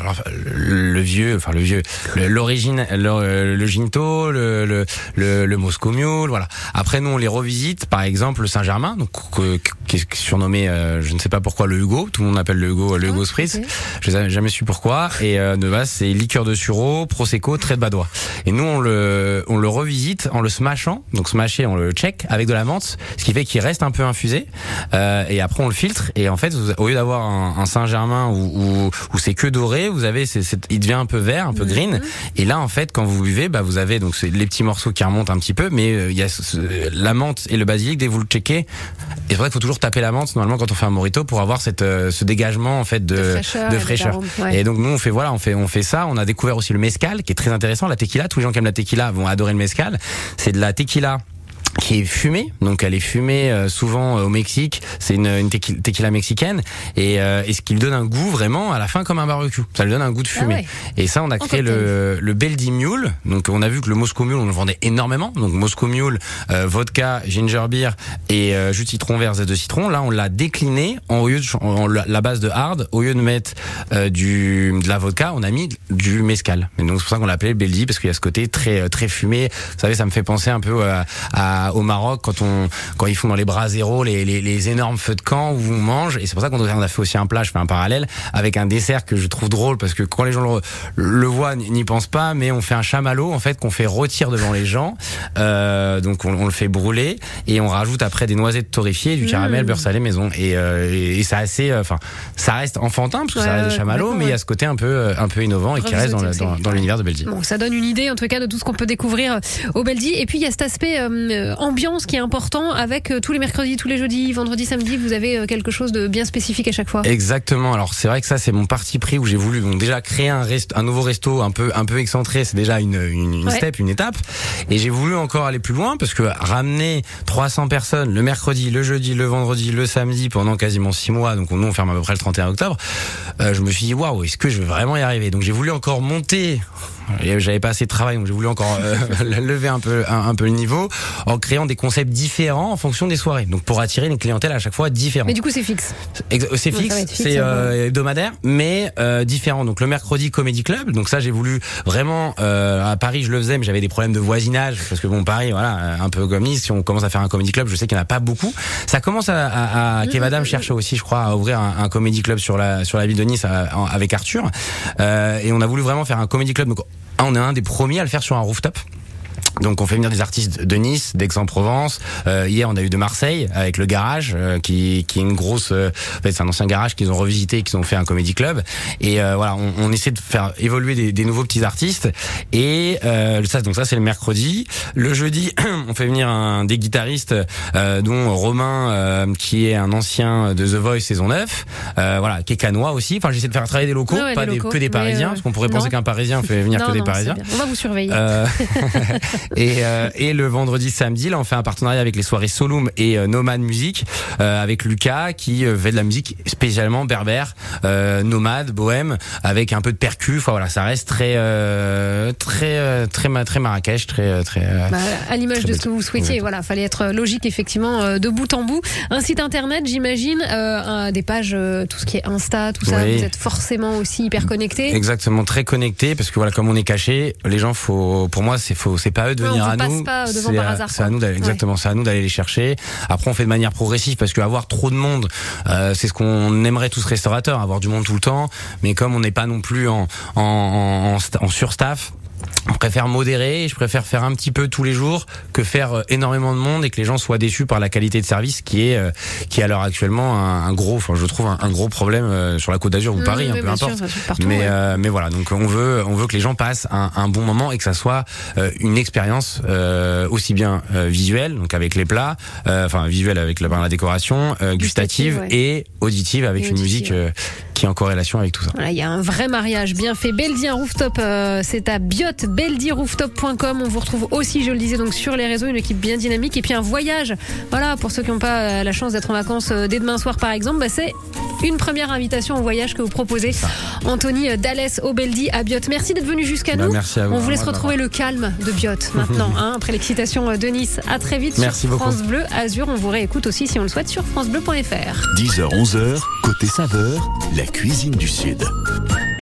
[SPEAKER 4] L'origine, le Ginto, le Moscow Mule, voilà. Après, nous, on les revisite, par exemple, le Saint-Germain, donc, qui est surnommé, je ne sais pas pourquoi, le Hugo. Tout le monde appelle le Hugo Spritz. Okay. Je n'ai jamais su pourquoi. Et, de base, c'est liqueur de sureau, prosecco, trait de badois. Et nous, on le revisite en le smashant. Donc, smasher, on le check avec de la menthe, ce qui fait qu'il reste un peu infusé. Et après, on le filtre. Et en fait, au lieu d'avoir un Saint-Germain où c'est que doré, vous avez ces il devient un peu vert, un peu green. Et là, en fait, quand vous buvez, bah, vous avez donc les petits morceaux qui remontent un petit peu, mais il y a la menthe et le basilic. Dès que vous le checkez, et c'est vrai qu'il faut toujours taper la menthe normalement quand on fait un mojito pour avoir ce dégagement en fait de fraîcheur.
[SPEAKER 2] Ouais.
[SPEAKER 4] Et donc nous on fait ça. On a découvert aussi le mezcal qui est très intéressant. La tequila, tous les gens qui aiment la tequila vont adorer le mezcal. C'est de la tequila qui est fumée, donc elle est fumée souvent au Mexique. C'est une tequila mexicaine et ce qui lui donne un goût vraiment à la fin comme un barbecue. Ça lui donne un goût de fumée.
[SPEAKER 2] Ouais.
[SPEAKER 4] Et ça, on a créé le Beldy Mule. Donc on a vu que le Moscow Mule, on le vendait énormément. Donc Moscow Mule, vodka, ginger beer et jus de citron vert, zeste de citron. Là, on l'a décliné au lieu de la base de hard. Au lieu de mettre de la vodka, on a mis du mezcal. Et donc c'est pour ça qu'on l'a appelé Beldy parce qu'il y a ce côté très très fumé. Vous savez, ça me fait penser un peu au Maroc quand ils font dans les braseros les énormes feux de camp où on mange, et c'est pour ça qu'on a fait aussi un plat, je fais un parallèle avec un dessert que je trouve drôle parce que quand les gens le voient, n'y pensent pas, mais on fait un chamallow en fait qu'on fait rôtir devant les gens, donc on le fait brûler et on rajoute après des noisettes torréfiées, du caramel, beurre salé maison, et c'est assez, ça reste enfantin parce que ça reste des chamallows, mais il y a ce côté un peu innovant et qui reste dans l'univers de Beldy.
[SPEAKER 2] Bon, ça donne une idée en tout cas de tout ce qu'on peut découvrir au Beldy. Et puis il y a cet aspect ambiance qui est important avec tous les mercredis, tous les jeudis, vendredis, samedi, vous avez quelque chose de bien spécifique à chaque fois.
[SPEAKER 4] Exactement. Alors c'est vrai que ça c'est mon parti pris où j'ai voulu donc déjà créer un nouveau resto un peu excentré, c'est déjà une step, une étape, et j'ai voulu encore aller plus loin parce que ramener 300 personnes le mercredi, le jeudi, le vendredi, le samedi pendant quasiment 6 mois, donc nous on ferme à peu près le 31 octobre, je me suis dit waouh, est-ce que je vais vraiment y arriver? Donc j'ai voulu encore monter. J'avais pas assez de travail, donc j'ai voulu encore lever un peu le niveau en créant des concepts différents en fonction des soirées. Donc pour attirer une clientèle à chaque fois différente.
[SPEAKER 2] Mais du coup c'est fixe.
[SPEAKER 4] C'est fixe, c'est hebdomadaire, mais différent. Donc le mercredi Comedy Club. Donc ça j'ai voulu vraiment à Paris je le faisais, mais j'avais des problèmes de voisinage parce que bon Paris voilà un peu comme Nice. Si on commence à faire un Comedy Club, je sais qu'il n'y en a pas beaucoup. Ça commence à Kev Adam cherche aussi, je crois, à ouvrir un Comedy Club sur la ville de Nice avec Arthur. Et on a voulu vraiment faire un Comedy Club. Donc on est un des premiers à le faire sur un rooftop. Donc on fait venir des artistes de Nice, d'Aix-en-Provence. Hier on a eu de Marseille avec le Garage, qui est une grosse. En fait, c'est un ancien garage qu'ils ont revisité, et qu'ils ont fait un comédie club. Et voilà, on essaie de faire évoluer des nouveaux petits artistes. Et donc ça c'est le mercredi. Le jeudi, on fait venir des guitaristes, dont Romain, qui est un ancien de The Voice saison 9. Voilà, qui est canois aussi. Enfin, j'essaie de faire travailler des locaux, pas que des Parisiens, parce qu'on pourrait penser qu'un Parisien fait venir que des Parisiens.
[SPEAKER 2] On va vous surveiller.
[SPEAKER 4] Et le vendredi, samedi, là, on fait un partenariat avec les soirées Solum et Nomade Musique, avec Lucas qui fait de la musique spécialement berbère, nomade, bohème, avec un peu de percu. Enfin voilà, ça reste très Marrakech,
[SPEAKER 2] à l'image de ce que vous souhaitiez. Voilà, fallait être logique effectivement de bout en bout. Un site internet, j'imagine, des pages, tout ce qui est Insta, tout ça. Vous êtes forcément aussi hyper connectés.
[SPEAKER 4] Exactement, très connectés, parce que voilà, comme on est caché, les gens, pour moi, c'est pas eux de venir à nous.
[SPEAKER 2] Pas devant par hasard.
[SPEAKER 4] C'est à nous d'aller, exactement, c'est à nous d'aller les chercher. Après, on fait de manière progressive parce qu'avoir trop de monde, c'est ce qu'on aimerait tous restaurateurs, avoir du monde tout le temps. Mais comme on n'est pas non plus en surstaff, je préfère modérer, je préfère faire un petit peu tous les jours que faire énormément de monde et que les gens soient déçus par la qualité de service qui est à l'heure actuellement je trouve un gros problème sur la Côte d'Azur ou Paris, peu importe. Mais voilà, donc on veut que les gens passent un bon moment et que ça soit une expérience aussi bien visuelle, donc avec les plats, visuelle avec la décoration, gustative et auditive avec une musique qui est en corrélation avec tout ça.
[SPEAKER 2] Voilà, il y a un vrai mariage bien fait. Beldy, un rooftop, c'est à Biot, beldyrooftop.com. On vous retrouve aussi, je le disais, donc sur les réseaux, une équipe bien dynamique. Et puis un voyage, voilà, pour ceux qui n'ont pas la chance d'être en vacances dès demain soir par exemple, c'est une première invitation au voyage que vous proposez. Anthony Dallès au Beldy à Biot. Merci d'être venu jusqu'à nous.
[SPEAKER 4] Merci à vous.
[SPEAKER 2] On vous laisse retrouver le calme de Biot maintenant, après l'excitation de Nice. À très vite
[SPEAKER 4] merci
[SPEAKER 2] sur
[SPEAKER 4] beaucoup.
[SPEAKER 2] France Bleu Azur. On vous réécoute aussi si on le souhaite sur francebleu.fr.
[SPEAKER 1] 10h-11h, côté saveur, la cuisine du Sud.